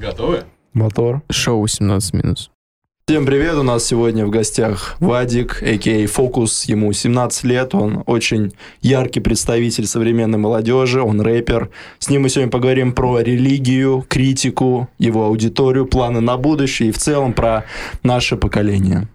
Готовы? Мотор. Шоу 17-. Всем привет, у нас сегодня в гостях Вадик, а.к.а. Фокус, ему 17 лет, он очень яркий представитель современной молодежи, он рэпер. С ним мы сегодня поговорим про религию, критику, его аудиторию, планы на будущее и в целом про наше поколение.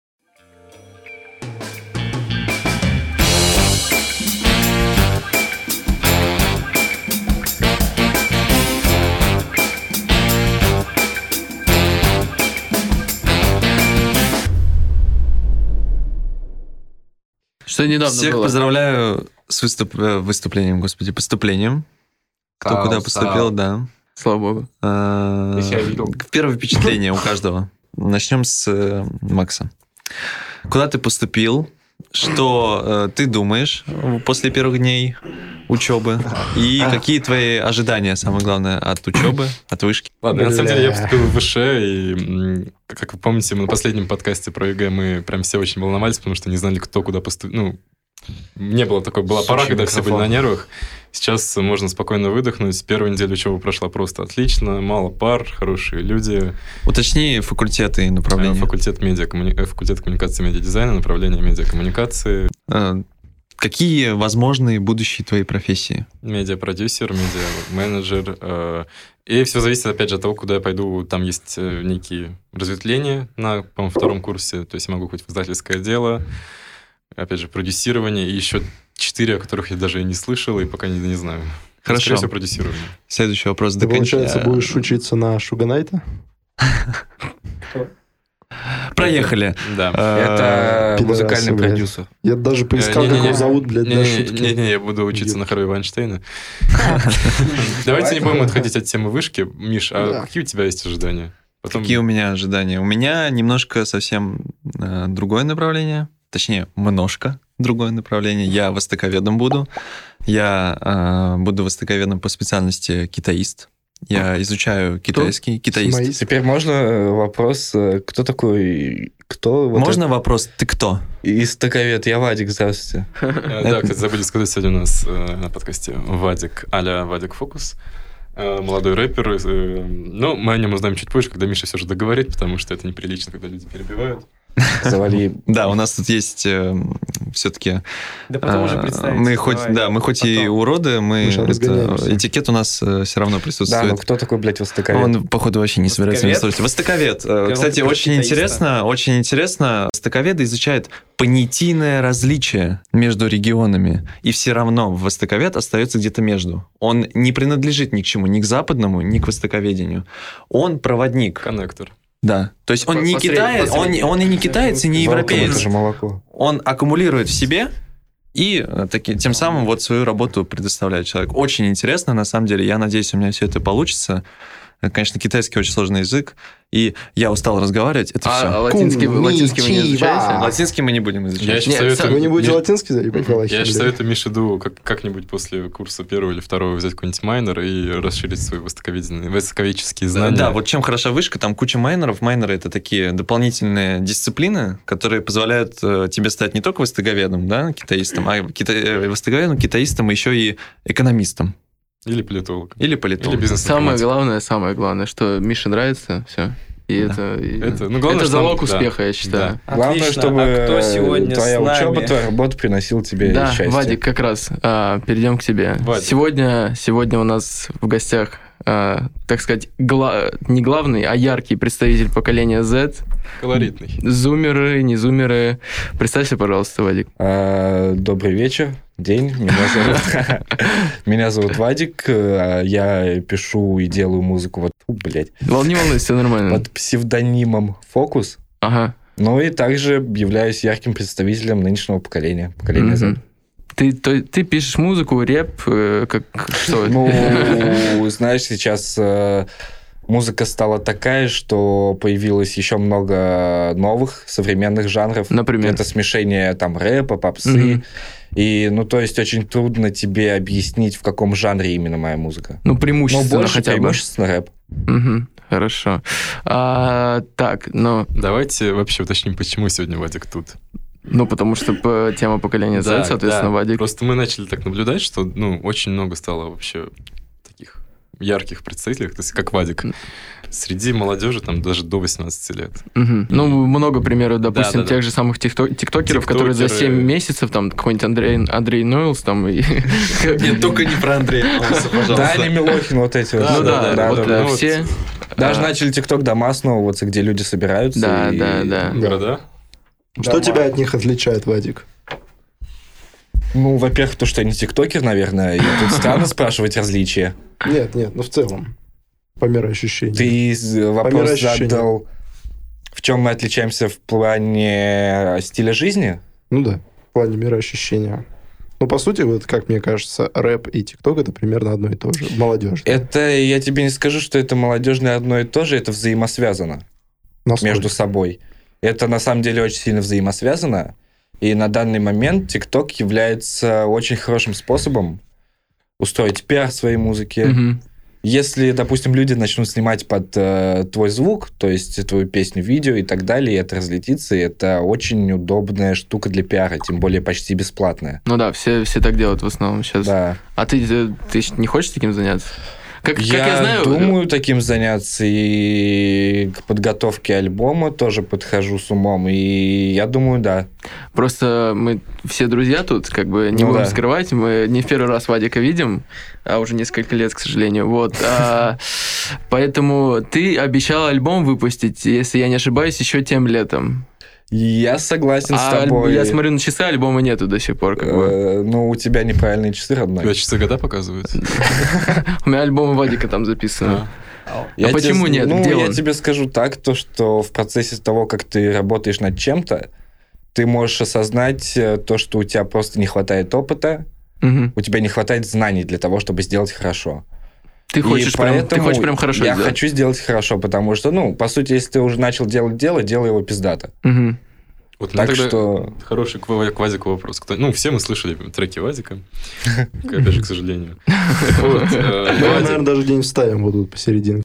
Что недавно Всех было? поздравляю с поступлением. Кто куда поступил, да. Слава богу. Первое впечатление у каждого. Начнем с Макса. Куда ты поступил? Что ты думаешь после первых дней учебы? И какие твои ожидания, самое главное, от учебы, от вышки? Ладно, на самом деле я поступил в ВШ, и, как вы помните, мы на последнем подкасте про ЕГЭ мы прям все очень волновались, потому что не знали, кто куда поступит. Ну, не было такой, была пора, когда все были на нервах. Сейчас можно спокойно выдохнуть. Первая неделя учебы прошла просто отлично, мало пар, хорошие люди. Уточни факультеты и направления. Факультет коммуникации и медиадизайна, направление медиакоммуникации. Какие возможные будущие твои профессии? Медиапродюсер, медиа-менеджер. И все зависит, опять же, от того, куда я пойду. Там есть некие разветвления на, по-моему, втором курсе. То есть я могу хоть в издательское дело, опять же, продюсирование, и еще 4, о которых я даже и не слышал, и пока не знаю. Хорошо. Скорее всего, продюсирование. Следующий вопрос. Ты, получается, будешь учиться на Шуганайта? Проехали. Да. Это музыкальный блядь. продюсер. Я даже поискал, как его зовут, блядь, для шутки. Не, я буду учиться на Харви Вайнштейна. Давайте не будем отходить от темы вышки. Миш, а какие у тебя есть ожидания? Какие у меня ожидания? У меня немножко совсем другое направление. Точнее, немножко другое направление. Я востоковедом буду. Я буду востоковедом по специальности китаист. Я изучаю китайский. Китаист. Теперь можно вопрос, кто такой... Можно вопрос, ты кто? Истоковед, я Вадик, здравствуйте. Да, кстати, забыли сказать, сегодня у нас на подкасте Вадик, а-ля Вадик Фокус. Молодой рэпер. Но мы о нем узнаем чуть позже, когда Миша все же договорит, потому что это неприлично, когда люди перебивают. Завали. Да, у нас тут есть все-таки... Да потом уже представить. Мы хоть и уроды, этикет у нас все равно Да, присутствует. но кто такой, блядь, востоковед? Он, походу, вообще не собирается меня слушать. Востоковед. Кстати, очень интересно. Востоковеды изучают понятийное различие между регионами. И все равно востоковед остается где-то между. Он не принадлежит ни к чему, ни к западному, ни к востоковедению. Он проводник. Коннектор. Да, то есть он не китаец, он и не китаец, и не европеец. Это же молоко. Он аккумулирует в себе и тем самым вот свою работу предоставляет человеку. Очень интересно, на самом деле. Я надеюсь, у меня все это получится. Конечно, китайский очень сложный язык, и я устал разговаривать, это все. Латинский вы не изучаете? Латинский мы не будем изучать. Вы не будете латинский заебать? Я советую Мише Ду как-нибудь после курса первого или второго взять какой-нибудь майнер и расширить свои востоковедческие знания. Да, вот чем хороша вышка, там куча майнеров. Майнеры — это такие дополнительные дисциплины, которые позволяют тебе стать не только востоковедом, да, китаистом, а востоковедом, китаистом, еще и экономистом. Или политолог. Или Самое главное, что Мише нравится, все. И Да. это залог успеха, я считаю. Да. Главное, Отлично. чтобы Кто сегодня твоя с нами? учеба, твоя работа приносила тебе Да, счастье. Вадик, как раз перейдем к тебе. Вадик. Сегодня у нас в гостях, так сказать, не главный, а яркий представитель поколения Z. Колоритный. Зумеры, не зумеры. Представься, пожалуйста, Вадик. Добрый вечер, день. Меня зовут Вадик. Я пишу и делаю музыку Не волнуйся, все нормально. под псевдонимом Фокус. Ага. Ну и также являюсь ярким представителем нынешнего поколения Z. Ты пишешь музыку, рэп, как что? Ну, знаешь, сейчас музыка стала такая, что появилось еще много новых современных жанров. Например? Это смешение там рэпа, попсы. И, то есть, очень трудно тебе объяснить, в каком жанре именно моя музыка. Преимущественно больше хотя бы. преимущественно рэп. Хорошо. Давайте вообще уточним, почему сегодня Вадик тут. Потому что тема поколения Z, соответственно, Вадик. Просто мы начали так наблюдать, что очень много стало вообще таких ярких представителях, то есть как Вадик. Среди молодежи там даже до 18 лет. Ну, много примеров, допустим, Да. тех же самых тиктокеров, которые за 7 месяцев, там, какой-нибудь Андрей Нойлс, там, и... Нет, только не про Андрея Нойлса, пожалуйста. Даня Милохин, вот эти вот. Ну да, все... Даже начали ТикТок-дома основываться, где люди собираются. Да. Города? Что тебя от них отличает, Вадик? Ну, во-первых, то, что я не тиктокер, наверное, и тут странно спрашивать различия. Нет, ну в целом. По мироощущению. Ты вопрос задал, в чем мы отличаемся в плане стиля жизни? Ну да, в плане мироощущения. Ну, по сути, вот, как мне кажется, рэп и тикток — это примерно одно и то же. Молодежь. Это, я тебе не скажу, что это молодежное одно и то же, это взаимосвязано между собой. Это, на самом деле, очень сильно взаимосвязано. И на данный момент тикток является очень хорошим способом устроить пиар своей музыки. Если, допустим, люди начнут снимать под твой звук, то есть твою песню, видео и так далее, и это разлетится, и это очень удобная штука для пиара, тем более почти бесплатная. Ну да, все так делают в основном сейчас. Да. А ты не хочешь таким заняться? Как я знаю, думаю таким заняться, и к подготовке альбома тоже подхожу с умом, и я думаю, да. Просто мы все друзья тут, как бы не будем скрывать, мы не в первый раз Вадика видим, а уже несколько лет, к сожалению. Вот. Поэтому ты обещал альбом выпустить, если я не ошибаюсь, еще тем летом. Я согласен с тобой. Я смотрю на часы, альбома нету до сих пор. Как бы. Ну, у тебя неправильные часы, родной. У тебя часы года показывают? У меня альбомы Вадика там записаны. А почему нет? Ну, Где я он? тебе скажу так, то, что в процессе того, как ты работаешь над чем-то, ты можешь осознать то, что у тебя просто не хватает опыта, у тебя не хватает знаний для того, чтобы сделать хорошо. Ты хочешь прям хорошо я сделать? Я хочу сделать хорошо, потому что, ну, по сути, если ты уже начал делать дело, делай его пиздато. Вот так что... Хороший к Вадику вопрос. Ну, все мы слышали треки Вадика. Опять же, к сожалению. Мы, наверное, даже день вставим вот тут посередине.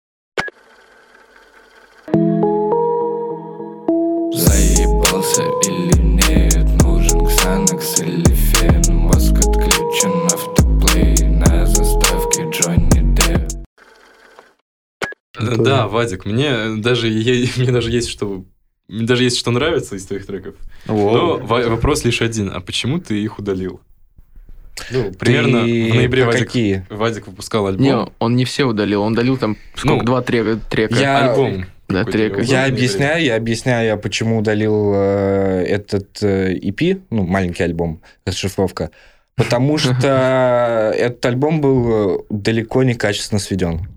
Заебался или нет, нужен Ксанакс или фен, мозг отключен, автоплей на заставке Джонни Депп. Да, Вадик, мне даже есть что нравится из твоих треков. Но вопрос лишь один. А почему ты их удалил? Ну, примерно в ноябре Вадик выпускал альбом. Не, он не все удалил. Он удалил там два трека. Альбом. Да, трека. Я объясняю, почему удалил этот EP, ну, маленький альбом, расшифровка. Потому что этот альбом был далеко не качественно сведен.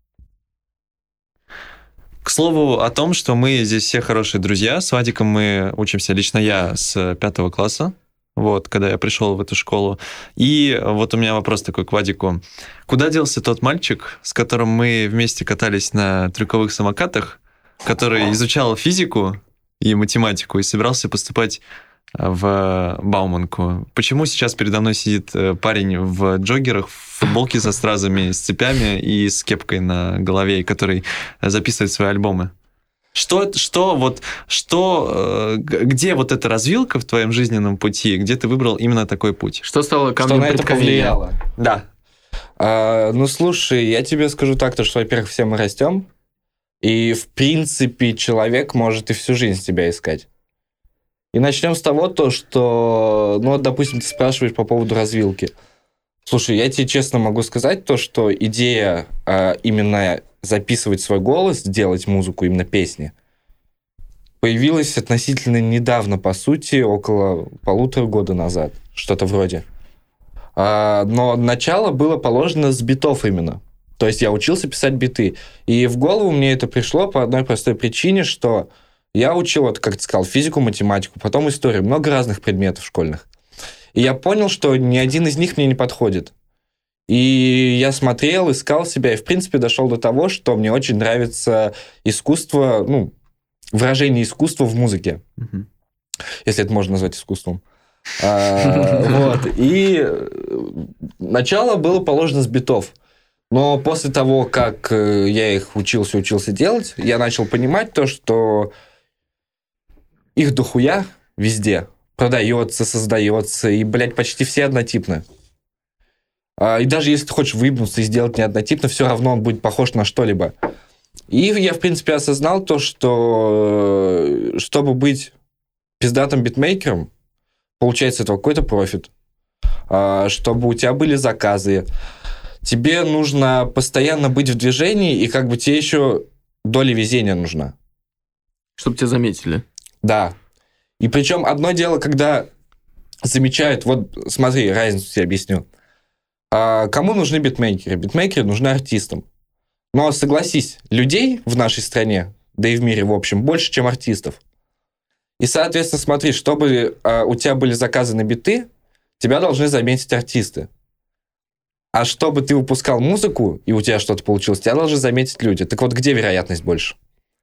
К слову о том, что мы здесь все хорошие друзья. С Вадиком мы учимся, лично я, с 5 класса, вот, когда я пришел в эту школу. И вот у меня вопрос такой к Вадику. Куда делся тот мальчик, с которым мы вместе катались на трюковых самокатах, который изучал физику и математику и собирался поступать в Бауманку? Почему сейчас передо мной сидит парень в джоггерах, в футболке со стразами, с цепями и с кепкой на голове, который записывает свои альбомы? Где вот эта развилка в твоем жизненном пути, где ты выбрал именно такой путь? Что стало камнем преткновения? Что на это повлияло? Да. Ну, слушай, я тебе скажу так, что, во-первых, все мы растем, и, в принципе, человек может и всю жизнь себя искать. И начнем с того, что, ну, допустим, ты спрашиваешь по поводу развилки. Слушай, я тебе честно могу сказать то, что идея именно записывать свой голос, делать музыку, именно песни, появилась относительно недавно, по сути, около 1,5 года назад, что-то вроде. Но начало было положено с битов именно. То есть я учился писать биты. И в голову мне это пришло по одной простой причине, что я учил, вот, как ты сказал, физику, математику, потом историю, много разных предметов школьных. И я понял, что ни один из них мне не подходит. И я смотрел, искал себя, и, в принципе, дошел до того, что мне очень нравится искусство, ну, выражение искусства в музыке. Если это можно назвать искусством. Вот. И начало было положено с битов. Но после того, как я их учился делать, я начал понимать то, что их дохуя везде продается, создается, и, блядь, почти все однотипны. И даже если ты хочешь выебнуться и сделать не однотипно, все равно он будет похож на что-либо. И я, в принципе, осознал то, что чтобы быть пиздатым битмейкером, получается, это какой-то профит. Чтобы у тебя были заказы. Тебе нужно постоянно быть в движении, и как бы тебе еще доля везения нужна. Чтобы тебя заметили. Да. И причем одно дело, когда замечают... Вот смотри, разницу тебе объясню. Кому нужны битмейкеры? Битмейкеры нужны артистам. Но согласись, людей в нашей стране, да и в мире, в общем, больше, чем артистов. И, соответственно, смотри, чтобы у тебя были заказы на биты, тебя должны заметить артисты. А чтобы ты выпускал музыку, и у тебя что-то получилось, тебя должны заметить люди. Так вот, где вероятность больше?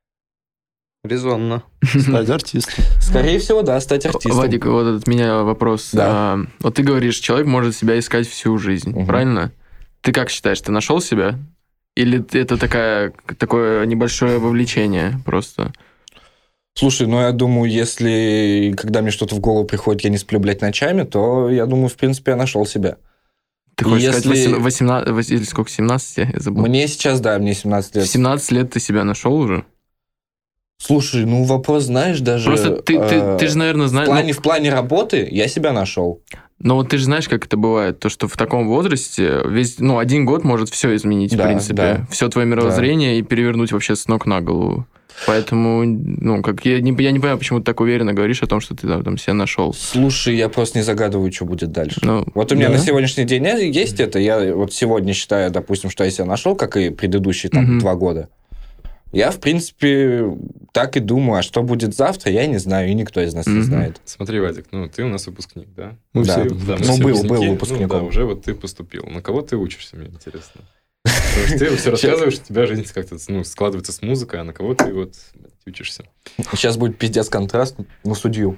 Резонно. Стать артистом. Скорее всего, да, стать артистом. Вадик, вот от меня вопрос. Да. Вот ты говоришь, человек может себя искать всю жизнь, правильно? Ты как считаешь, ты нашел себя? Или это такое небольшое вовлечение просто? Слушай, ну я думаю, если когда мне что-то в голову приходит, я не сплю, блядь, ночами, то я думаю, в принципе, я нашел себя. Ты хочешь сказать 18, или сколько, 17? Я забыл. Мне сейчас, да, мне 17 лет. В 17 лет ты себя нашел уже? Слушай, ну вопрос, знаешь, даже... Просто ты же, наверное, знаешь... В плане работы я себя нашел. Но вот ты же знаешь, как это бывает, то, что в таком возрасте один год может все изменить, да, в принципе. Да. Все твое мировоззрение и перевернуть вообще с ног на голову. Поэтому, я не понимаю, почему ты так уверенно говоришь о том, что ты там себя нашел. Слушай, я просто не загадываю, что будет дальше. Вот у меня на сегодняшний день есть это. Я вот сегодня считаю, допустим, что я себя нашел, как и предыдущие 2 года. Я, в принципе, так и думаю. А что будет завтра, я не знаю, и никто из нас не знает. Смотри, Вадик, ты у нас выпускник, да? Мы все был выпускником. Да, уже вот ты поступил. На кого ты учишься, мне интересно. Потому что ты все рассказываешь, у тебя жизнь как-то складывается с музыкой, а на кого ты вот учишься? Сейчас будет пиздец контраст на судью.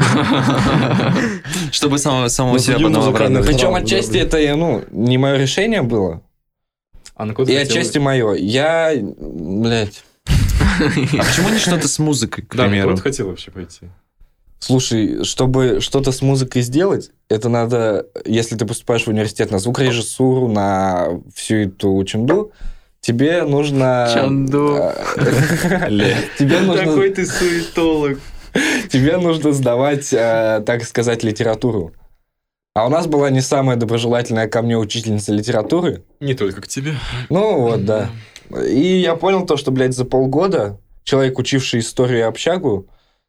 Чтобы самого себя потом обрадовать. Причем отчасти это не мое решение было. И отчасти мое. Я, блядь... А почему не что-то с музыкой, к примеру? Да, на кого ты хотел вообще пойти? Слушай, чтобы что-то с музыкой сделать, это надо, если ты поступаешь в университет на звукорежиссуру, на всю эту чунду, тебе нужно... Чанду. Тебе нужно... Такой ты суетолог. Тебе нужно сдавать, так сказать, литературу. А у нас была не самая доброжелательная ко мне учительница литературы. Не только к тебе. Ну вот, да. И я понял то, что, блядь, за полгода человек, учивший историю и общагу,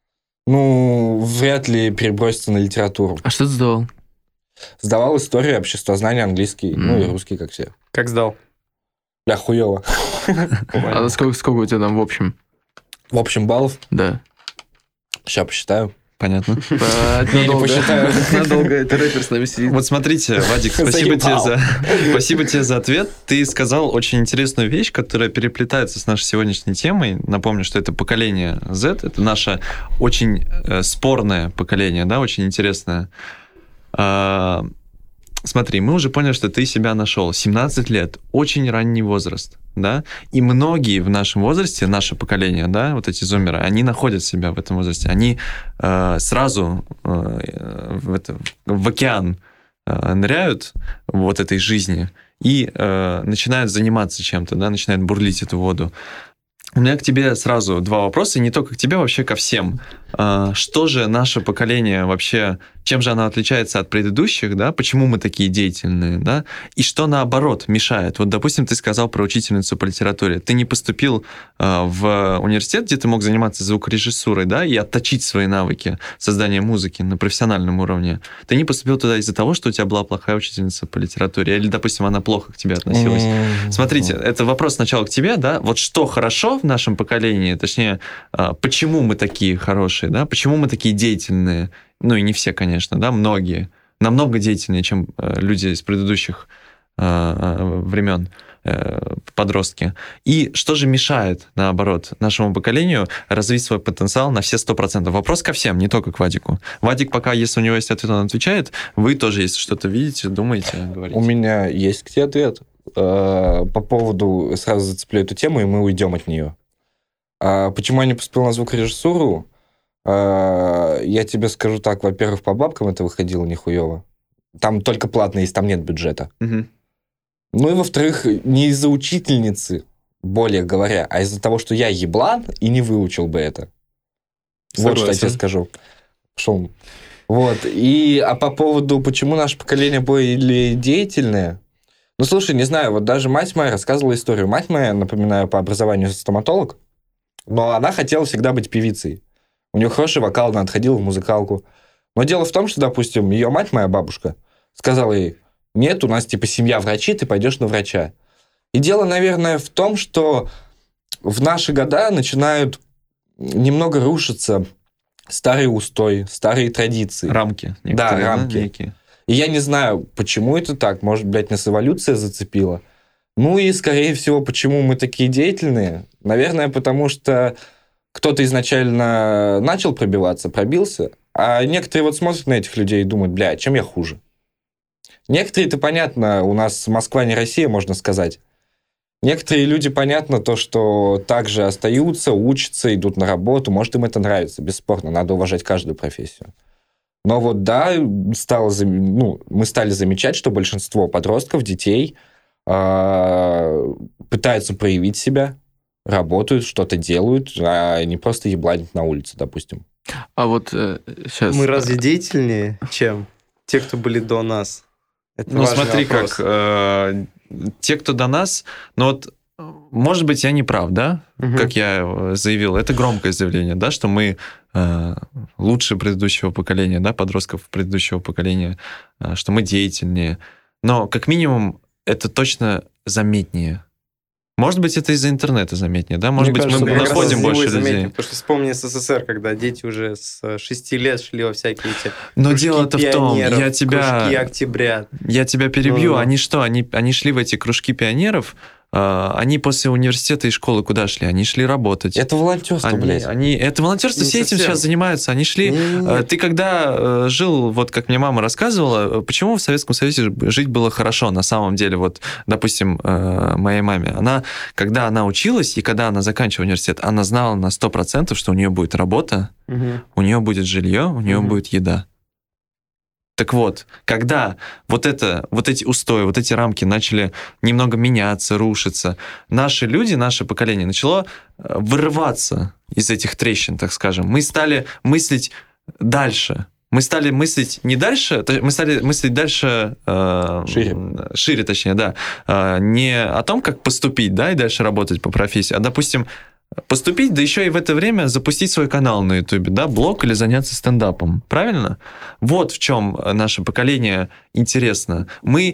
вряд ли перебросится на литературу. А что ты сдавал? Сдавал историю, обществознание, английский, и русский, как все. Как сдал? Бля, хуёво. А сколько у тебя там в общем? В общем, баллов? Да. Сейчас посчитаю. Понятно. Не посчитаю. Надолго это рэпер с нами сидит. Вот смотрите, Вадик, спасибо тебе за ответ. Ты сказал очень интересную вещь, которая переплетается с нашей сегодняшней темой. Напомню, что это поколение Z, это наше очень спорное поколение, да, очень интересное. Смотри, мы уже поняли, что ты себя нашел. 17 лет, очень ранний возраст, да? И многие в нашем возрасте, наше поколение, да, вот эти зумеры, они находят себя в этом возрасте. Они сразу в океан ныряют вот этой жизни и начинают заниматься чем-то, да, начинают бурлить эту воду. У меня к тебе сразу 2 вопроса, не только к тебе, вообще ко всем. Что же наше поколение вообще, чем же оно отличается от предыдущих, да? Почему мы такие деятельные, да? И что, наоборот, мешает? Вот, допустим, ты сказал про учительницу по литературе. Ты не поступил в университет, где ты мог заниматься звукорежиссурой, да, и отточить свои навыки создания музыки на профессиональном уровне. Ты не поступил туда из-за того, что у тебя была плохая учительница по литературе, или, допустим, она плохо к тебе относилась. Смотрите, это вопрос сначала к тебе, да? Вот что хорошо в нашем поколении, точнее, почему мы такие хорошие, да, почему мы такие деятельные, и не все, конечно, да, многие, намного деятельнее, чем люди из предыдущих времен, подростки. И что же мешает, наоборот, нашему поколению развить свой потенциал на все 100%? Вопрос ко всем, не только к Вадику. Вадик пока, если у него есть ответ, он отвечает. Вы тоже, если что-то видите, думаете, говорите. У меня есть к тебе ответ. По поводу, сразу зацеплю эту тему, и мы уйдем от нее. Почему я не поступил на звукорежиссуру? Я тебе скажу так, во-первых, по бабкам это выходило нихуево. там только платно есть, там нет бюджета. Ну и, во-вторых, не из-за учительницы, более говоря, а из-за того, что я еблан и не выучил бы это. Согласен. Вот что я тебе скажу. Пошел. Вот. А по поводу, почему наше поколение более деятельное, ну, слушай, не знаю, вот даже мать моя рассказывала историю. Мать моя, напоминаю, по образованию стоматолог, но она хотела всегда быть певицей. У нее хороший вокал, она отходила в музыкалку. Но дело в том, что, допустим, ее мать, моя бабушка, сказала ей: нет, у нас типа семья врачи, ты пойдешь на врача. И дело, наверное, в том, что в наши года начинают немного рушиться старый устой, старые традиции. Рамки. Да, рамки. Некие. И я не знаю, почему это так. Может, блядь, нас эволюция зацепила. Ну и, скорее всего, почему мы такие деятельные? Наверное, потому что кто-то изначально начал пробиваться, пробился, а некоторые вот смотрят на этих людей и думают: бля, чем я хуже? Некоторые, это понятно, у нас Москва не Россия, можно сказать. Некоторые люди, понятно, то, что также остаются, учатся, идут на работу. Может, им это нравится, бесспорно, надо уважать каждую профессию. Но вот да, мы стали замечать, что большинство подростков, детей пытаются проявить себя, работают, что-то делают, а не просто ебланят на улице, допустим. А вот сейчас... Мы разве деятельнее, чем те, кто были до нас? Это ну, смотри, вопрос. как те, кто до нас, но вот, может быть, я не прав, да? Как я заявил, это громкое заявление, да, что мы лучше предыдущего поколения, да, подростков предыдущего поколения, что мы деятельнее. Но, как минимум, это точно заметнее. Может быть, это из-за интернета заметнее, да? Может быть, кажется, мы как находим больше людей. Заметнее, потому что вспомни СССР, когда дети уже с 6 лет шли во всякие эти Но кружки дело-то в том, пионеров, я тебя кружки октября. Я тебя перебью. Они что? Они шли в эти кружки пионеров. Они после университета и школы куда шли? Они шли работать. Это волонтерство, блядь. Это волонтерство, все этим сейчас занимаются. Они шли... Ты когда жил, вот как мне мама рассказывала, почему в Советском Союзе жить было хорошо на самом деле? Вот, допустим, моей маме. Когда она училась и когда она заканчивала университет, она знала на 100%, что у нее будет работа, у нее будет жилье, у нее будет еда. Так вот, когда вот эти устои, вот эти рамки начали немного меняться, рушиться, наши люди, наше поколение начало вырываться из этих трещин, так скажем. Мы стали мыслить дальше. Мы стали мыслить не дальше, мы стали мыслить дальше... Шире, точнее, да. Не о том, как поступить, да, и дальше работать по профессии, а, допустим, поступить, да еще и в это время запустить свой канал на Ютубе, да, блог или заняться стендапом. Правильно? Вот в чем наше поколение интересно. Мы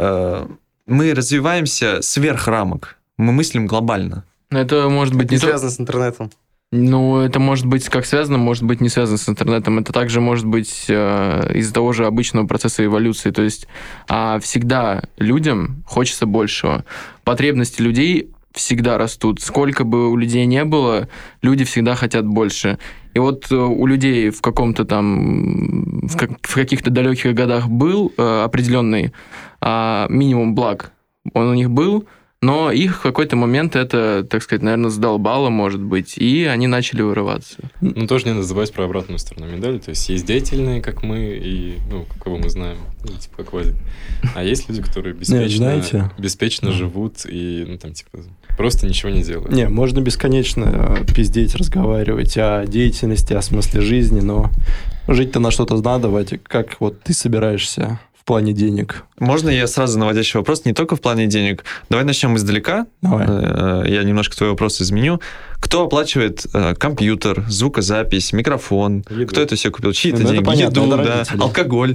развиваемся сверх рамок. Мы мыслим глобально. Это может быть не связано с интернетом. Ну, это может быть как связано, может быть не связано с интернетом. Это также может быть из-за того же обычного процесса эволюции. То есть всегда людям хочется большего. Потребности людей всегда растут. Сколько бы у людей не было, люди всегда хотят больше. И вот у людей в каком-то там, в каких-то далеких годах был определенный минимум благ. Он у них был, но их в какой-то момент это, так сказать, наверное, задолбало, может быть, и они начали вырываться. Ну, тоже не надо забывать про обратную сторону медали. То есть есть деятельные, как мы, и, кого мы знаем, типа как Вадик. А есть люди, которые беспечно живут и, просто ничего не делают. Не, можно бесконечно пиздеть, разговаривать о деятельности, о смысле жизни, но жить-то на что-то надо, Вадик. Как вот ты собираешься в плане денег? Можно я сразу наводящий вопрос? Не только в плане денег. Давай начнем издалека. Давай. Я немножко твой вопрос изменю. Кто оплачивает компьютер, звукозапись, микрофон? Еду. Кто это все купил? Чьи-то это деньги? понятно, Еду, это да, родители. алкоголь.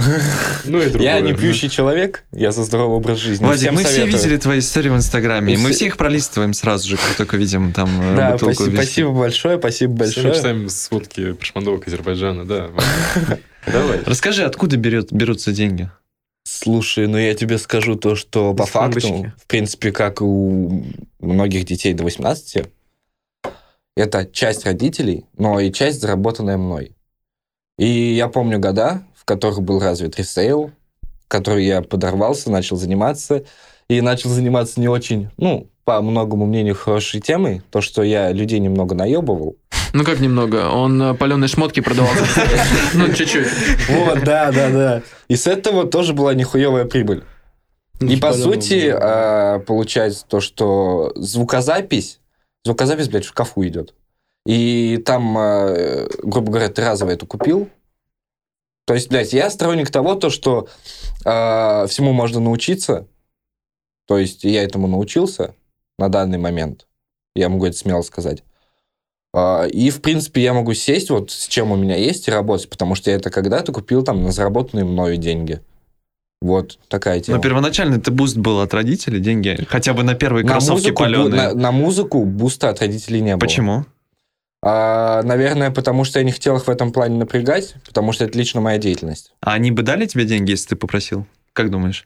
Я не пьющий человек, я за здоровый образ жизни. Вадик, Всем мы все советую. видели твои истории в Инстаграме. Мы все их пролистываем сразу же, как только видим там Да, бутылку виски. спасибо большое. Все мы читаем сводки прошмандовок Азербайджана, да. Давай. Расскажи, откуда берутся деньги? Слушай, я тебе скажу то, что по факту, в принципе, как у многих детей до 18, это часть родителей, но и часть, заработанная мной. И я помню года, в которых был развит ресейл, в который я подорвался, начал заниматься. И начал заниматься не очень, по многому мнению, хорошей темой. То, что я людей немного наебывал. Ну как немного? Он паленые шмотки продавал. Ну, чуть-чуть. Вот, да. И с этого тоже была нихуевая прибыль. И по сути, получается то, что звукозапись, блядь, в шкафу идет. И там, грубо говоря, ты разово эту купил. То есть, блядь, я сторонник того, то, что всему можно научиться. То есть, я этому научился на данный момент. Я могу это смело сказать. И, в принципе, я могу сесть, вот с чем у меня есть, и работать, потому что я это когда-то купил там на заработанные мною деньги. Вот такая тема. Но первоначально это буст был от родителей, деньги? Хотя бы на первые кроссовки паленые? На музыку буста от родителей не было. Почему? Наверное, потому что я не хотел их в этом плане напрягать, потому что это лично моя деятельность. А они бы дали тебе деньги, если ты попросил? Как думаешь?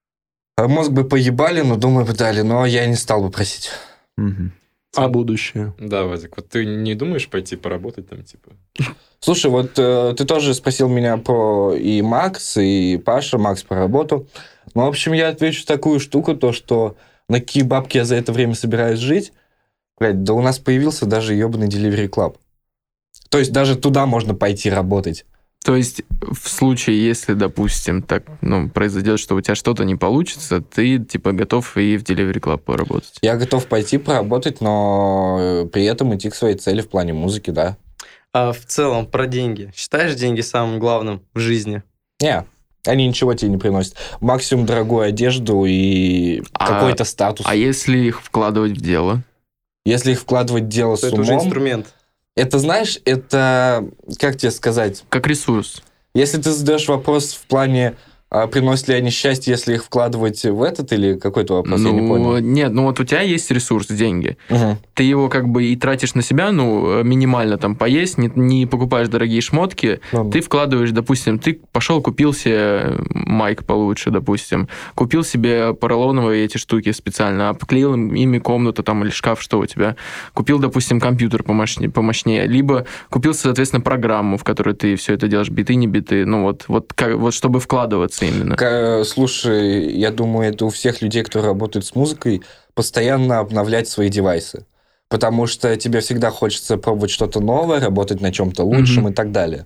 Мозг бы поебали, но, думаю, бы дали, но я не стал бы просить. Угу. А будущее? Да, Вадик, вот ты не думаешь пойти поработать там, типа? Слушай, вот ты тоже спросил меня про и Макс, и Паша, Макс про работу. Ну, в общем, я отвечу такую штуку, то, что на какие бабки я за это время собираюсь жить. Блядь, да у нас появился даже ебаный Delivery Club. То есть даже туда можно пойти работать. То есть в случае, если, допустим, так произойдет, что у тебя что-то не получится, ты типа готов и в Delivery Club поработать? Я готов пойти поработать, но при этом идти к своей цели в плане музыки, да. А в целом про деньги. Считаешь деньги самым главным в жизни? Не, они ничего тебе не приносят. Максимум дорогую одежду и какой-то статус. А если их вкладывать в дело? Если их вкладывать в дело с Это умом... уже инструмент. Это, знаешь, это... Как тебе сказать? Как ресурс. Если ты задаешь вопрос в плане, приносят ли они счастье, если их вкладывать в этот, или какой-то вопрос, я не понял. Нет, вот у тебя есть ресурс, деньги. Угу. Ты его как бы и тратишь на себя, минимально там поесть, не покупаешь дорогие шмотки, ты вкладываешь, допустим, ты пошел, купил себе майк получше, допустим, купил себе поролоновые эти штуки специально, обклеил ими комнату там или шкаф, что у тебя, купил, допустим, компьютер помощнее, либо купил, соответственно, программу, в которой ты все это делаешь, биты, не биты, вот чтобы вкладываться именно. Слушай, я думаю, это у всех людей, кто работает с музыкой, постоянно обновлять свои девайсы. Потому что тебе всегда хочется пробовать что-то новое, работать на чем-то лучшем и так далее.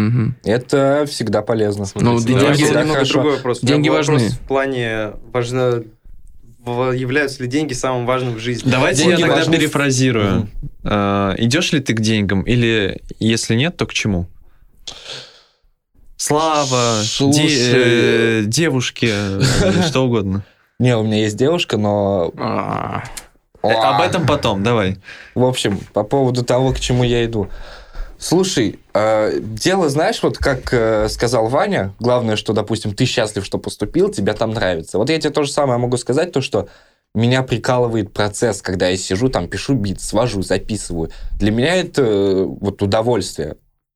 Это всегда полезно. Другой вопрос. Деньги важны. В плане являются ли деньги самым важным в жизни? Давайте деньги я тогда важны. перефразирую. Идешь ли ты к деньгам? Или если нет, то к чему? Слава, девушки, что угодно. Не, у меня есть девушка, но... Об этом потом, давай. В общем, по поводу того, к чему я иду. Слушай, дело, знаешь, вот как сказал Ваня, главное, что, допустим, ты счастлив, что поступил, тебе там нравится. Вот я тебе то же самое могу сказать, то, что меня прикалывает процесс, когда я сижу, там, пишу бит, свожу, записываю. Для меня это вот удовольствие.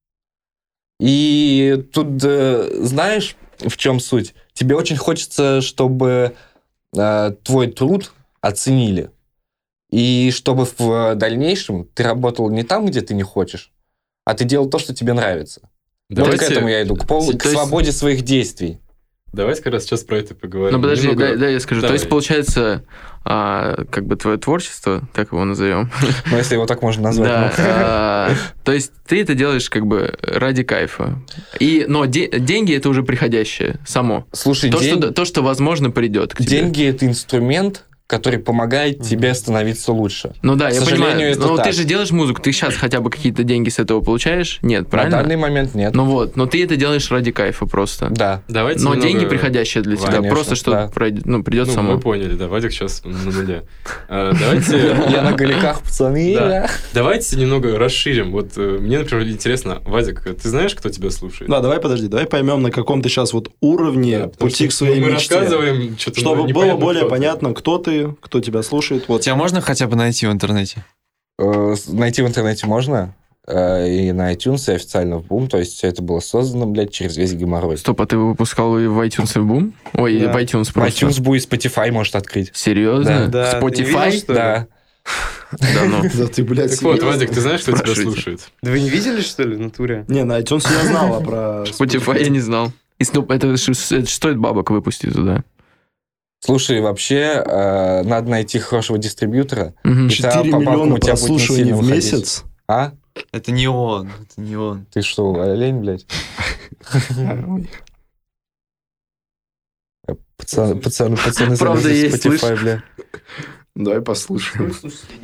И тут, знаешь, в чем суть? Тебе очень хочется, чтобы твой труд оценили. И чтобы в дальнейшем ты работал не там, где ты не хочешь, а ты делал то, что тебе нравится. Вот к этому я иду, к свободе своих действий. Давайте как раз сейчас про это поговорим. Ну, подожди, дай я скажу. Давай. То есть, получается, как бы твое творчество, так его назовем. Ну, если его так можно назвать. Да. То есть, ты это делаешь как бы ради кайфа. Но деньги – это уже приходящее само. Слушай, то, что, возможно, придет к тебе. Деньги – это инструмент, который помогает тебе становиться лучше. Ну да, я понимаю. Но так. ты же делаешь музыку, ты сейчас хотя бы какие-то деньги с этого получаешь? Нет, правильно? На данный момент нет. Но ты это делаешь ради кайфа просто. Да. Давайте но деньги приходящие для тебя, конечно, просто что придет само. Мы поняли, да, Вадик сейчас на нуле. Давайте... Я на голиках, пацаны. Давайте немного расширим. Вот мне, например, интересно, Вадик, ты знаешь, кто тебя слушает? Да, давай поймем, на каком ты сейчас вот уровне пути к своей мечте. Мы рассказываем, что-то чтобы было более понятно, кто ты, кто тебя слушает. Вот. Тебя можно хотя бы найти в интернете? Найти в интернете можно. И на iTunes, и официально в Boom. То есть все это было создано, блядь, через весь геморрой. Стоп, а ты выпускал и в iTunes, и в Boom? Ой, да. В iTunes просто. iTunes, Boom и Spotify может открыть. Серьезно? Да. Spotify? Да. Да ну. Да ты, блядь, так вот, Вадик, ты знаешь, кто тебя слушает? Да вы не видели, что ли, в натуре? Не, на iTunes я знал, а про Spotify я не знал. И что это бабок выпустить туда? Слушай, вообще, надо найти хорошего дистрибьютора. 4 миллиона прослушиваний в месяц. А? Это не он. Ты что, олень, блядь? Пацаны, Правда есть, Spotify, бля. Давай послушаем.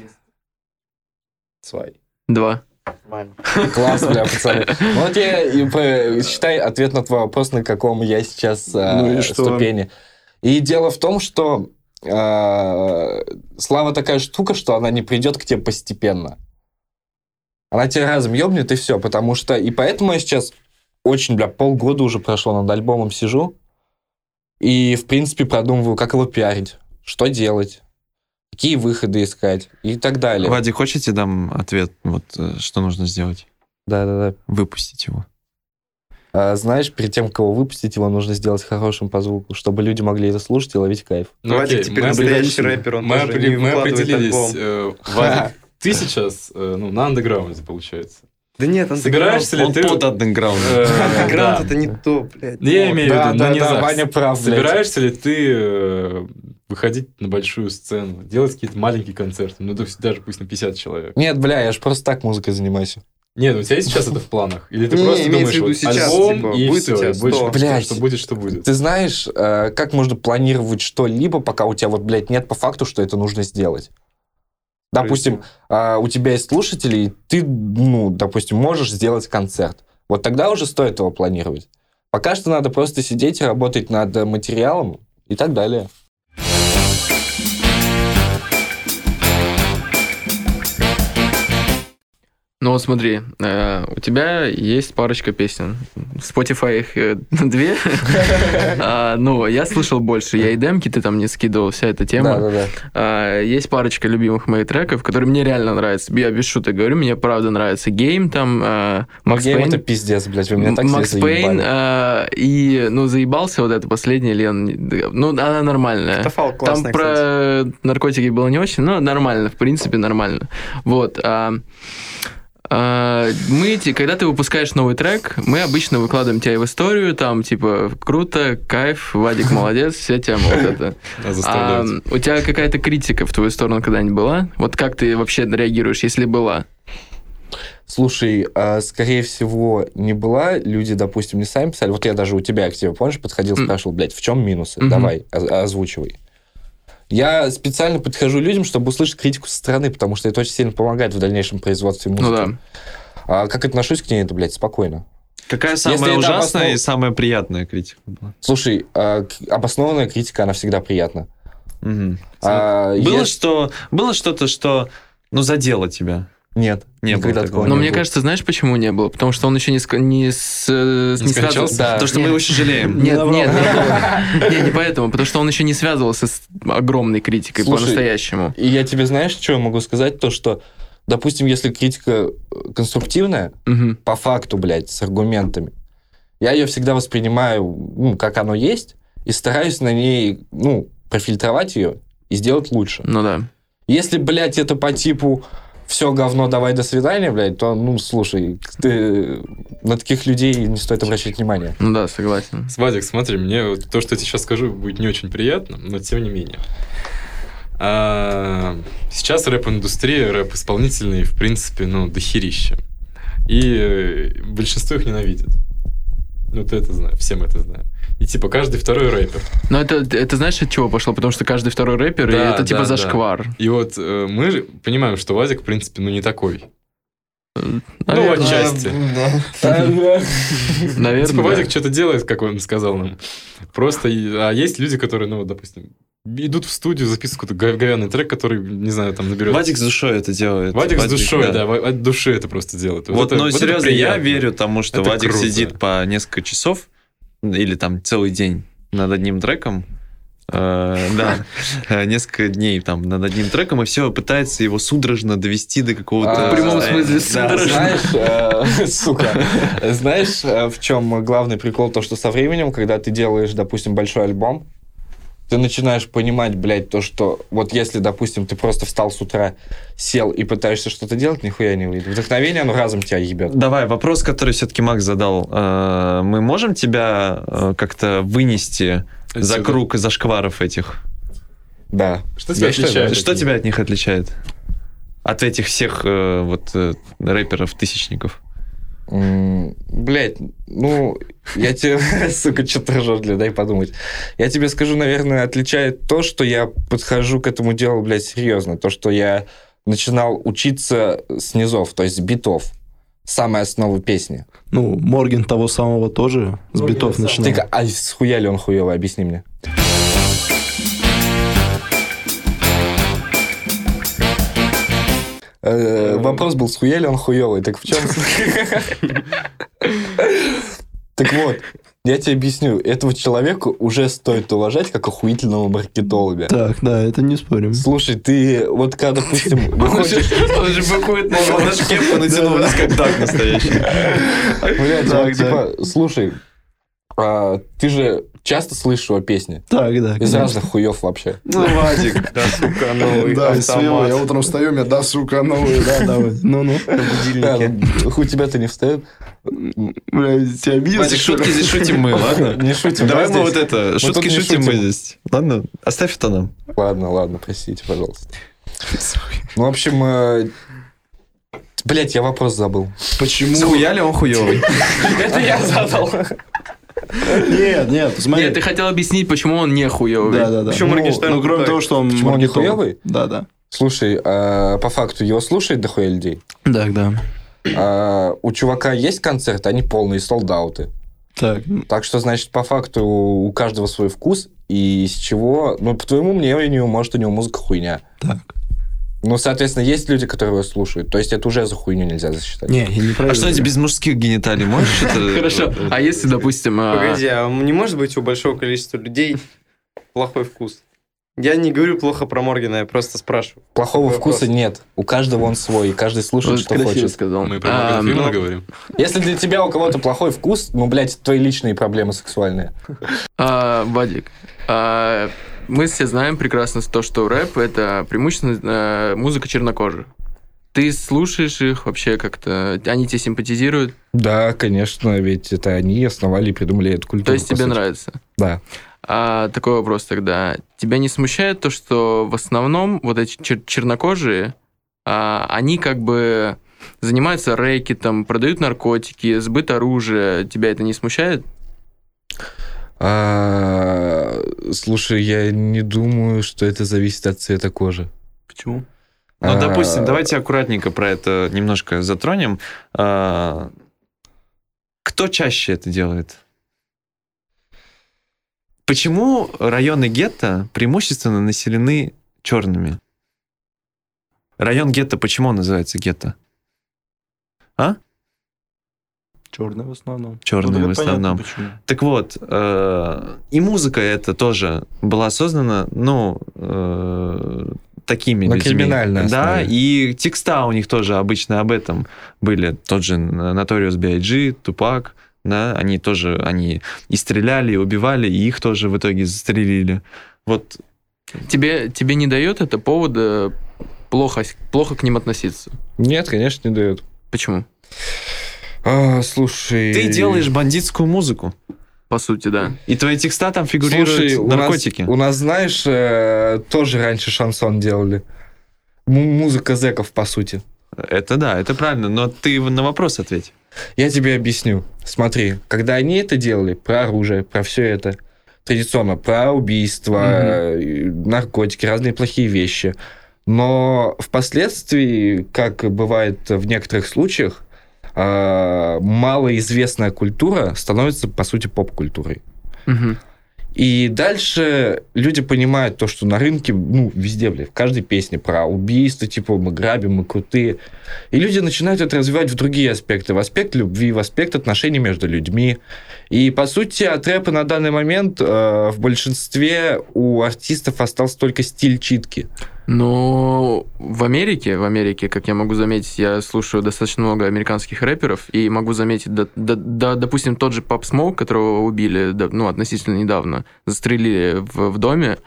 Свай. 2. Класс, бля, пацаны. Ну вот я считай ответ на твой вопрос, на каком я сейчас ступени. И дело в том, что слава такая штука, что она не придет к тебе постепенно. Она тебя разом ёбнет, и все. Потому что... И поэтому я сейчас очень, полгода уже прошло, над альбомом сижу. И, в принципе, продумываю, как его пиарить, что делать, какие выходы искать и так далее. Вадик, хочешь, я дам ответ, вот что нужно сделать? Да. Выпустить его. Знаешь, перед тем, кого выпустить, его нужно сделать хорошим по звуку, чтобы люди могли это слушать и ловить кайф. Ну, Вадик теперь настоящий рэпер, он мы тоже не выкладывает определились. альбом. Вадик, ты сейчас на андеграунде, получается. Да нет, Собираешься ли Он ты... под андеграунд. Андеграунд это не то, блядь. Я имею в виду, но не Да, ЗАГС. Ваня прав, блядь. Собираешься ли ты выходить на большую сцену, делать какие-то маленькие концерты, ну, даже пусть на 50 человек? Нет, бля, я же просто так музыкой занимаюсь. Нет, у тебя есть сейчас это в планах? Или ты Не, просто имеется думаешь, в виду вот сейчас, альбом, типа, и будет все, у тебя и больше 100. Блядь. что будет, что будет? Ты знаешь, как можно планировать что-либо, пока у тебя вот, блядь, нет по факту, что это нужно сделать? Допустим, у тебя есть слушатели, и ты, допустим, можешь сделать концерт. Вот тогда уже стоит его планировать. Пока что надо просто сидеть и работать над материалом и так далее. Ну вот смотри, у тебя есть парочка песен. Spotify их 2. Ну, я слышал больше. Я и демки ты там не скидывал, вся эта тема. Да. Есть парочка любимых моих треков, которые мне реально нравятся. Я без шуток говорю, мне правда нравится. Game там, Макс Гейм Пейн. это пиздец, блядь, вы меня так Макс все Пейн, заебали. и, заебался вот это последнее, Лен. Ну, она нормальная. Катафалк Там классный, про наркотики было не очень, но нормально, в принципе, нормально. Вот. Когда ты выпускаешь новый трек, мы обычно выкладываем тебя в историю, там, типа, круто, кайф, Вадик молодец, вся тема вот это. У тебя какая-то критика в твою сторону когда-нибудь была? Вот как ты вообще реагируешь, если была? Слушай, скорее всего, не была. Люди, допустим, не сами писали. Вот я даже у тебя к тебе, помнишь, подходил, спрашивал, блядь, в чем минусы? Давай, озвучивай. Я специально подхожу людям, чтобы услышать критику со стороны, потому что это очень сильно помогает в дальнейшем производстве музыки. Ну да. Как отношусь к ней, это, блядь, спокойно. Какая самая ужасная и самая приятная критика была? Слушай, обоснованная критика, она всегда приятна. Было что-то, что, задело тебя? Нет, не никогда было такого Но не мне было. кажется, знаешь, почему не было? Потому что он еще не скончался? Да. Потому что мы его еще жалеем. Нет, не поэтому, потому что он еще не связывался с огромной критикой. Слушай, по-настоящему. И я тебе, знаешь, что я могу сказать? То, что, допустим, если критика конструктивная, по факту, блядь, с аргументами, я ее всегда воспринимаю, как оно есть, и стараюсь на ней, профильтровать ее и сделать лучше. Ну да. Если, блядь, это по типу все говно, давай, до свидания, блядь, то, слушай, на таких людей не стоит обращать внимание. Ну да, согласен. Вадик, смотри, мне вот то, что я тебе сейчас скажу, будет не очень приятно, но тем не менее. Сейчас рэп-индустрия, рэп-исполнительные, в принципе, дохерища. И большинство их ненавидит. Ты это знаешь, все мы это знаем. И типа каждый второй рэпер. Но это знаешь, от чего пошло? Потому что каждый второй рэпер, и это типа зашквар. И вот мы же понимаем, что Вадик, в принципе, не такой. Наверное. Отчасти. Наверное. Типа Вадик что-то делает, как он сказал нам. Просто, а есть люди, которые, допустим, идут в студию, записывают какой-то говяный трек, который, не знаю, там наберет... Вадик с душой это делает. Вадик с душой, да, от души это просто делает. Серьезно, я верю тому, что это Вадик круто. сидит по несколько часов или там целый день над одним треком, несколько дней там над одним треком, и все пытается его судорожно довести до какого-то... В прямом смысле судорожно. Знаешь, в чем главный прикол? То, что со временем, когда ты делаешь, допустим, большой альбом, ты начинаешь понимать, блядь, то, что вот если, допустим, ты просто встал с утра, сел и пытаешься что-то делать, нихуя не выйдет. Вдохновение, оно разом тебя ебет. Давай, вопрос, который все-таки Макс задал. Мы можем тебя как-то вынести за круг зашкваров этих? Да. Что тебя отличает? Что тебя от них отличает? от этих всех рэперов-тысячников? Блять, я тебе, сука, что-то ржешь, дай подумать. Я тебе скажу, наверное, отличает то, что я подхожу к этому делу, блядь, серьезно. То, что я начинал учиться с низов, то есть с битов. Самая основа песни. Морген того самого тоже с битов начинал. А схуя ли он хуёвый? Объясни мне. Вопрос был, схуя ли он хуёвый? Так в чем? Так вот, я тебе объясню. Этого человека уже стоит уважать как охуительного маркетолога. Так, да, это не спорим. Слушай, ты вот когда, допустим, выходишь... Он же быкует на Он даже кепку натянул, как так настоящий. Блядь, типа, слушай, ты же часто слышишь его песни? Так, да. Из разных хуев вообще. Вадик, да, сука, новый я утром встаю, мне, сука, новый, давай. Будильники. У тебя-то не встает? Блядь, тебя обидел? Вадик, шутки здесь шутим мы, ладно? Не шутим. Давай мы шутки шутим мы здесь. Ладно? Оставь это нам. Ладно, простите, пожалуйста. В общем, блядь, я вопрос забыл. Почему? Схуя ли он хуёвый? Это я задал. Нет, смотри. Нет, ты хотел объяснить, почему он не хуёвый. Да. Почему Моргенштерн кроме того, что он... Почему он не хуёвый? Да. Слушай, по факту его слушает дохуя людей? Да. У чувака есть концерт, они полные солдауты. Так что, значит, по факту у каждого свой вкус, и из чего... по твоему мнению, может, у него музыка хуйня. Так. Соответственно, есть люди, которые его слушают. То есть это уже за хуйню нельзя засчитать. Не, я не правильно. А что-нибудь без мужских гениталий можешь? Хорошо. А если, допустим... Погоди, а не может быть у большого количества людей плохой вкус? Я не говорю плохо про Моргена, я просто спрашиваю. Плохого вкуса нет. У каждого он свой, и каждый слушает, что хочет. Сказал. Мы про Моргана Фримена говорим. Если для тебя у кого-то плохой вкус, блядь, твои личные проблемы сексуальные. Вадик, мы все знаем прекрасно то, что рэп — это преимущественно музыка чернокожих. Ты слушаешь их вообще как-то? Они тебе симпатизируют? Да, конечно, ведь это они основали и придумали эту культуру. То есть тебе нравится? Да. Такой вопрос тогда. Тебя не смущает то, что в основном вот эти чернокожие, они как бы занимаются рэкетом, продают наркотики, сбыт оружия? Тебя это не смущает? Слушай, я не думаю, что это зависит от цвета кожи. Почему? Допустим, давайте аккуратненько про это немножко затронем. Кто чаще это делает? Почему районы гетто преимущественно населены черными? Район гетто, почему он называется гетто? Черные в основном. Черные в основном. Так вот, и музыка эта тоже была создана, такими людьми. Криминальная основе. Да, и текста у них тоже обычно об этом были. Тот же Notorious B.I.G., Тупак, да, они и стреляли, и убивали, и их тоже в итоге застрелили. Вот. Тебе не дает это повода плохо к ним относиться? Нет, конечно, не дает. Почему? Слушай... Ты делаешь бандитскую музыку. По сути, да. И твои текста там фигурируют наркотики. У нас, знаешь, тоже раньше шансон делали. Музыка зэков, по сути. Это да, это правильно, но ты на вопрос ответь. Я тебе объясню. Смотри, когда они это делали, про оружие, про все это, традиционно, про убийства, наркотики, разные плохие вещи. Но впоследствии, как бывает в некоторых случаях, малоизвестная культура становится, по сути, поп-культурой. И дальше люди понимают то, что на рынке, везде, в каждой песне про убийство, типа мы грабим, мы крутые. И люди начинают это развивать в другие аспекты. В аспект любви, в аспект отношений между людьми. И, по сути, от рэпа на данный момент в большинстве у артистов остался только стиль читки. Но в Америке, как я могу заметить, я слушаю достаточно много американских рэперов, и могу заметить, допустим, тот же Pop Smoke, которого убили относительно недавно, застрелили в доме,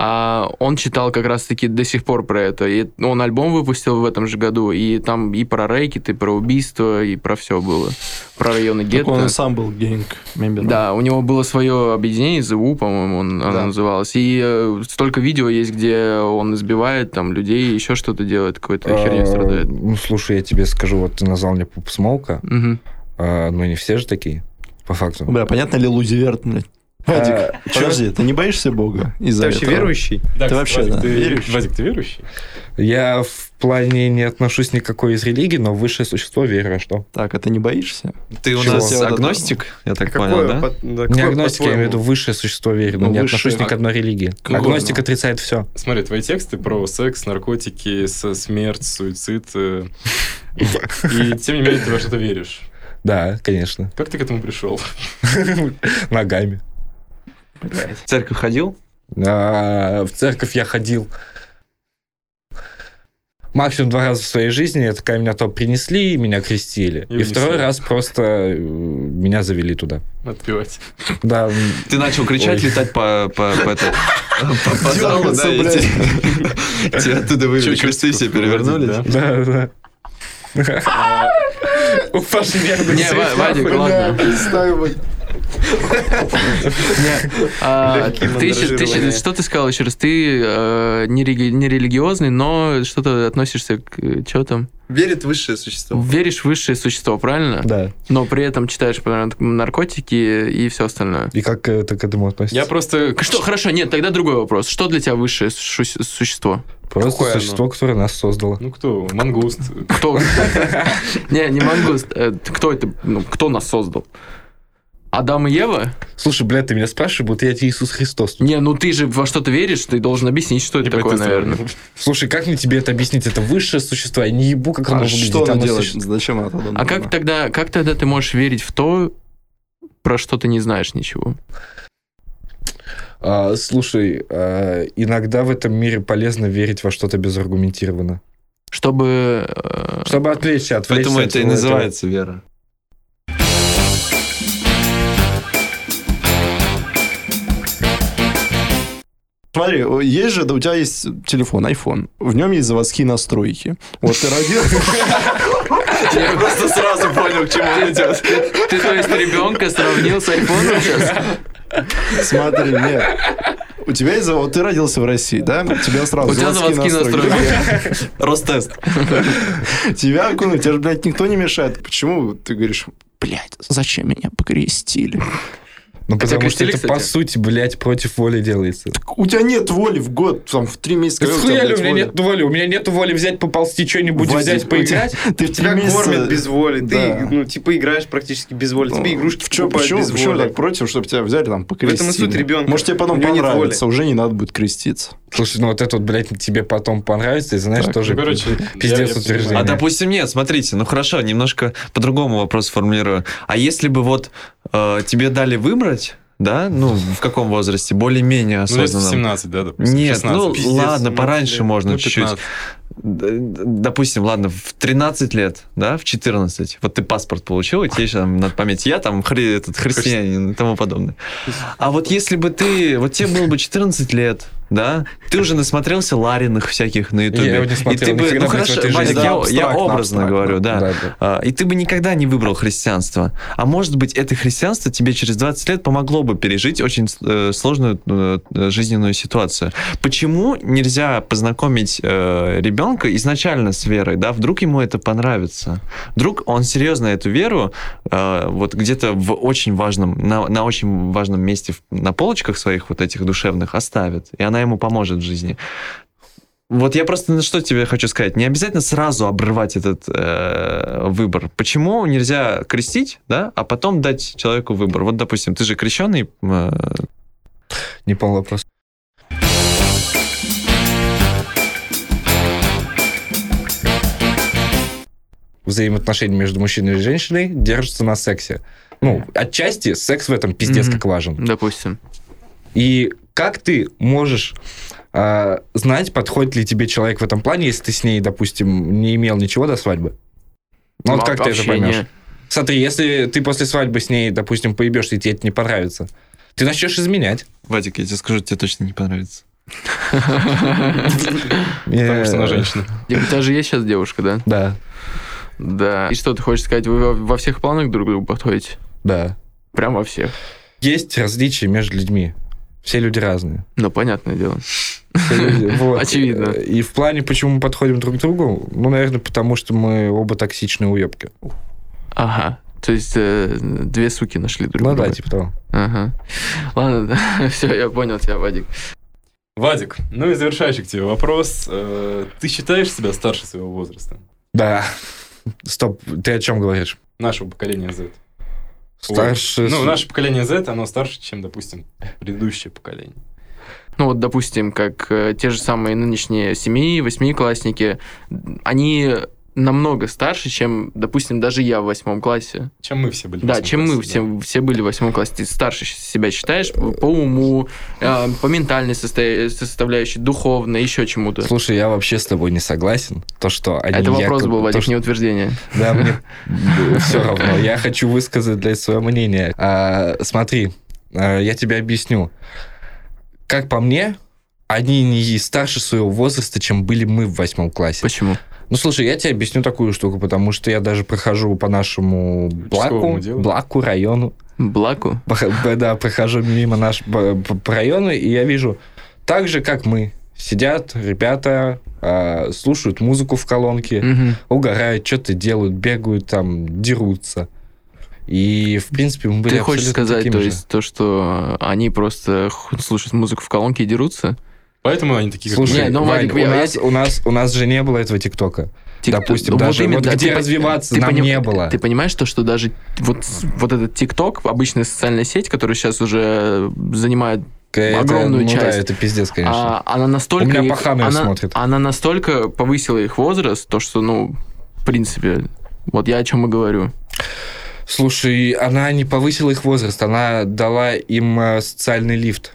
он читал как раз-таки до сих пор про это. И он альбом выпустил в этом же году, и там и про рэкет, и про убийство, и про все было. Про районы гетто. Он сам был гэнг-мембером. Да, у него было свое объединение, The Wu, по-моему, оно называлось. И столько видео есть, где он избивает там людей, еще что-то делает, какой-то херню страдает. Ну, слушай, я тебе скажу, вот ты назвал мне Поп Смоука. Ну, не все же такие, по факту. Бля, понятно ли Лузи Верт, блядь? Вадик, подожди, ты не боишься Бога из-за Ты вообще этого? верующий? Ты вообще, Вадик, да, верующий? Вадик, ты верующий? Я в плане не отношусь никакой из религий, но в высшее существо верю, а что? Так, а ты не боишься? Ты у Чего? нас агностик, я так понял, да? Не агностик, я имею в виду высшее существо верю, но Ну, не высшее. отношусь ни к одной религии. Агностик отрицает все. Смотри, твои тексты про секс, наркотики, смерть, суицид. И тем не менее ты во что-то веришь. Да, конечно. Как ты к этому пришел? Ногами. В церковь ходил? В церковь я ходил максимум 2 раза в своей жизни. Это когда меня то принесли, меня крестили. И второй раз просто меня завели туда. Отпевать. Да. Ты начал кричать, летать по залу, да, и тебя оттуда вывели, кресты все перевернули. Да. У Паши нервы. Не, Вадик, ладно. Что ты сказал еще раз? Ты не религиозный, но что-то относишься к... Что там? Верит в высшее существо. Веришь в высшее существо, правильно? Да. Но при этом читаешь про наркотики и все остальное. И как ты к этому относишься? Я просто... Что, хорошо, нет, тогда другой вопрос. Что для тебя высшее существо? Просто Какое существо, которое нас создало. Ну кто? Мангуст. Кто? Не мангуст. Кто это? Кто нас создал? Адам и Ева? Слушай, блядь, ты меня спрашиваешь, будто я тебе Иисус Христос. Не, ну ты же во что-то веришь, ты должен объяснить, что это такое, наверное. Слушай, как мне тебе это объяснить? Это высшее существо, я не ебу, как оно выглядит. Что оно Оно делает? существует. Зачем это тогда А нужно? как тогда ты можешь верить в то, про что ты не знаешь ничего? Слушай, иногда в этом мире полезно верить во что-то безаргументированно. Чтобы... Чтобы отвлечься Поэтому от это и всего называется вера. Смотри, есть же, да, у тебя есть телефон, iPhone, в нем есть заводские настройки. Вот ты родился... Я просто сразу понял, к чему он идет. Ты, то есть, ребенка сравнил с айфоном сейчас? Смотри, нет. У тебя есть завод, ты родился в России, да? У тебя сразу У тебя заводские настройки. Ростест. Тебя окунуть, тебя же, блядь, никто не мешает. Почему ты говоришь, блядь, зачем меня покрестили? Ну, потому что крестили, это, по кстати? сути, блядь, против воли делается. У тебя нет воли в год, там, в 3 месяца. Да когда у тебя, схуяли, блядь, у меня воля? нет воли. У меня нет воли взять, поползти, что-нибудь Вадик, взять, поиграть. Ты в 3 Тебя месяца... кормят без воли. Да. Ты, ну, типа, играешь практически без воли. Тебе игрушки покупают Почему без ты воли. так против, чтобы тебя взяли, там, покрестили? В этом и суть ребенка. Может, тебе потом У него нет понравится, уже не надо будет креститься. Слушай, ну вот это вот, блядь, тебе потом понравится, и знаешь, Так, тоже ну, короче, пиздец я утверждение. А допустим, нет, смотрите, ну хорошо, немножко по-другому вопрос формулирую. А если бы вот тебе дали выбрать, да, ну, в каком возрасте, более-менее Ну, лет в осознанном? 17, да, допустим. Нет, 16. ну Пиздец, ладно, 17 пораньше лет. можно Ну, чуть-чуть. 15. Допустим, ладно, в 13 лет, да, в 14, вот ты паспорт получил, и тебе там надо пометить, я там христианин и тому подобное. А вот если бы вот тебе было бы 14 лет, да, ты уже насмотрелся Лариных всяких на Ютубе. Я его не смотрел, и ты бы, никогда, ну блядь, в хорошо, этой Вадик, жизни. я Абстрактно, образно говорю, да. Да. И ты бы никогда не выбрал христианство. А может быть, это христианство тебе через 20 лет помогло бы пережить очень сложную жизненную ситуацию. Почему нельзя познакомить ребенка изначально с верой, да? Вдруг ему это понравится. Вдруг он серьезно эту веру вот где-то в очень важном, на очень важном месте на полочках своих вот этих душевных оставит, и она ему поможет в жизни. Вот я просто что тебе хочу сказать. Не обязательно сразу обрывать этот выбор. Почему нельзя крестить, да, а потом дать человеку выбор? Вот, допустим, ты же крещеный. Не понял вопрос. Взаимоотношения между мужчиной и женщиной держатся на сексе. Ну, отчасти секс в этом пиздец как важен. Допустим. И как ты можешь знать, подходит ли тебе человек в этом плане, если ты с ней, допустим, не имел ничего до свадьбы? Ну, вот как ты это поймешь? Общение. Смотри, если ты после свадьбы с ней, допустим, поебешься, и тебе это не понравится, ты начнешь изменять. Вадик, я тебе скажу, тебе точно не понравится. Потому что она женщина. У тебя же есть сейчас девушка, да? Да, Да. И что, ты хочешь сказать, вы во всех планах друг к другу подходите? да. Прям во всех? Есть различия между людьми. Все люди разные. Ну, понятное дело. Все люди- вот. Очевидно. И в плане, почему мы подходим друг к другу, ну, наверное, потому что мы оба токсичные уебки. Ага. То есть две суки нашли друг Ну друга. да, типа того. Ага. Ладно, все, я понял тебя, Вадик. Вадик, ну и завершающий к тебе вопрос. Ты считаешь себя старше своего возраста? Да. Стоп, ты о чем говоришь? Нашего поколения Z. Старше... Ну, наше поколение Z, оно старше, чем, допустим, предыдущее поколение. Ну вот, допустим, как те же самые нынешние 7-8-классники, они намного старше, чем, допустим, даже я в 8 классе. Чем мы все были. в Да, восьмом чем мы классе, да. все были в 8 классе. Ты старше себя считаешь по уму, по ментальной составляющей, духовно, еще чему-то. Слушай, я вообще с тобой не согласен. То, что они... Это вопрос якобы- был, то, Вадик, что- не утверждение. Да, мне все равно. Я хочу высказать для свое мнение. Смотри, я тебе объясню. Как по мне, они не старше своего возраста, чем были мы в 8 классе. Почему? Ну, слушай, я тебе объясню такую штуку, потому что я даже прохожу по нашему Блаку району. Блаку? Да, прохожу мимо по району, и я вижу, так же, как мы, сидят ребята, слушают музыку в колонке, Мгм. угорают, что-то делают, бегают там, дерутся. И, в принципе, мы были Ты хочешь абсолютно сказать, такими то же. есть, то, что они просто слушают музыку в колонке и дерутся? Поэтому они такие, как Слушай, Не, ну, Вань, Вадик, у нас же не было этого ТикТока. Допустим, Вот даже именно, вот да, где ты развиваться ты нам поним- не было. Ты понимаешь, что даже вот этот ТикТок, обычная социальная сеть, которая сейчас уже занимает огромную Да, часть, это пиздец, конечно. она настолько... У меня их- паханы она- смотрят. Она настолько повысила их возраст, то что, ну, в принципе, вот я о чем и говорю. Слушай, она не повысила их возраст, она дала им социальный лифт.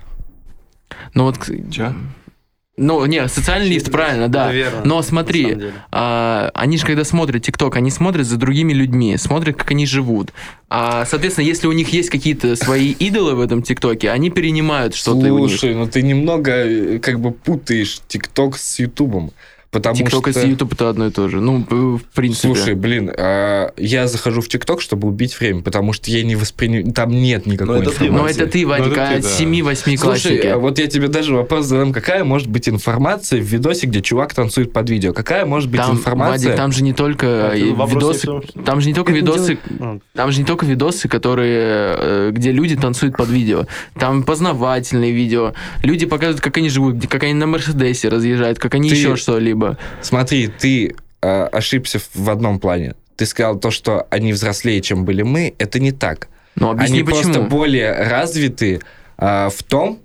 Ну вот... Чё? Ну, не, социальный лифт, правильно, да. Наверное, Но на смотри, самом деле. они же, когда смотрят ТикТок, они смотрят за другими людьми, смотрят, как они живут. Соответственно, если у них есть какие-то свои идолы в этом ТикТоке, они перенимают что-то у них. Слушай, ну ты немного как бы путаешь ТикТок с Ютубом. Потому ТикТок что... и YouTube это одно и то же. Ну, в принципе. Слушай, блин, я захожу в ТикТок, чтобы убить время, потому что я не воспринимаю... Там нет никакой это ты, Ну, информации. это ты, Вадик, это а ты, да. 7-8 Слушай, классники. вот я тебе даже вопрос задам. Какая может быть информация в видосе, где чувак танцует под видео? Какая может быть Там, информация? Вадик, там же не только видосы... Там же не только видосы... Там же не только видосы, которые, где люди танцуют под видео. Там познавательные видео. Люди показывают, как они живут, как они на Мерседесе разъезжают, как они Ты- еще что-либо. Смотри, ты ошибся в одном плане. Ты сказал то, что они взрослее, чем были мы. Это не так. Ну, объясни, Они просто почему. более развиты в том,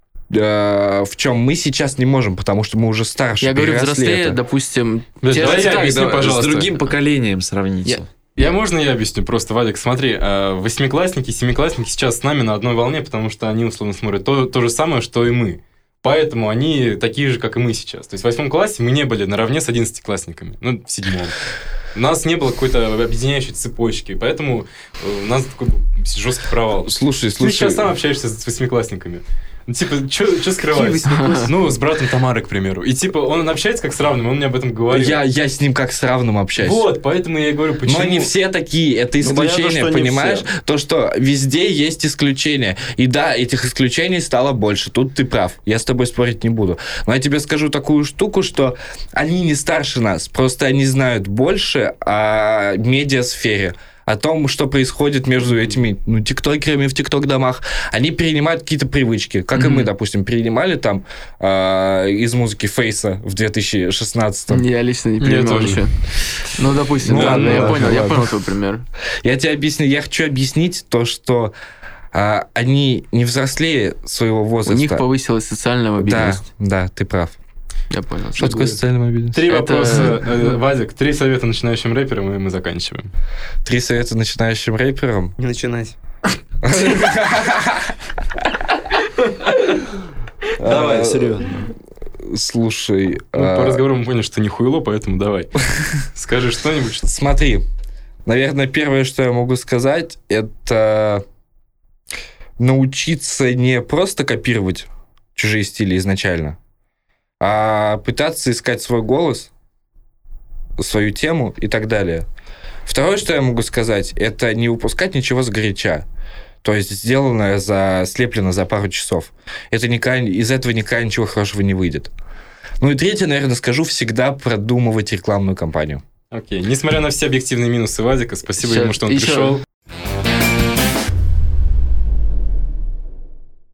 в чем мы сейчас не можем, потому что мы уже старше. Я говорю, переросли взрослее, это. допустим... Блин, те давай же- я так, объясню, давай. пожалуйста. С другим поколением сравните. Можно я объясню? Просто, Вадик, смотри, восьмиклассники, семиклассники сейчас с нами на одной волне, потому что они условно смотрят то же самое, что и мы. Поэтому они такие же, как и мы сейчас. То есть в 8 классе мы не были наравне с 11-классниками. Ну, в 7. У нас не было какой-то объединяющей цепочки, поэтому у нас такой жесткий провал. Слушай, Ты сейчас сам общаешься с 8-классниками. Ну, типа, что скрывать? Ну, с братом Тамары, к примеру. И типа, он общается как с равным, он мне об этом говорил. Я с ним как с равным общаюсь. Вот, поэтому я и говорю, почему... Но не все такие, это Ну, понятно, исключение, что не понимаешь? все. То, что везде есть исключения. И да, этих исключений стало больше. Тут ты прав. Я с тобой спорить не буду. Но я тебе скажу такую штуку, что они не старше нас. Просто они знают больше о медиасфере. О том, что происходит между этими тиктокерами в тикток-домах. Они перенимают какие-то привычки. Как и мы, допустим, перенимали там из музыки Фейса в 2016-м. Я лично не Я понимаю тоже. еще. Ну, допустим, Ну, ладно, я ладно, понял ладно. твой пример. Я хочу объяснить то, что они не взрослее своего У возраста. них повысилась социальная Да, мобильность. да, ты прав. Я понял. Что такое социальная мобильность? 3 Это- вопроса, Вадик, 3 совета начинающим рэперам, и мы заканчиваем. 3 совета начинающим рэперам. Не начинать. Давай, серьезно. Слушай, Ну, по разговору мы поняли, что не хуйло, поэтому давай. Скажи что-нибудь. смотри. Наверное, первое, что я могу сказать, это научиться не просто копировать чужие стили изначально, а пытаться искать свой голос, свою тему и так далее. Второе, что я могу сказать, это не выпускать ничего сгоряча. То есть сделанное, слеплено за пару часов. Из этого никогда ничего хорошего не выйдет. Ну и третье, наверное, скажу, всегда продумывать рекламную кампанию. Окей. Несмотря на все объективные минусы Вадика, спасибо ему, что он пришел.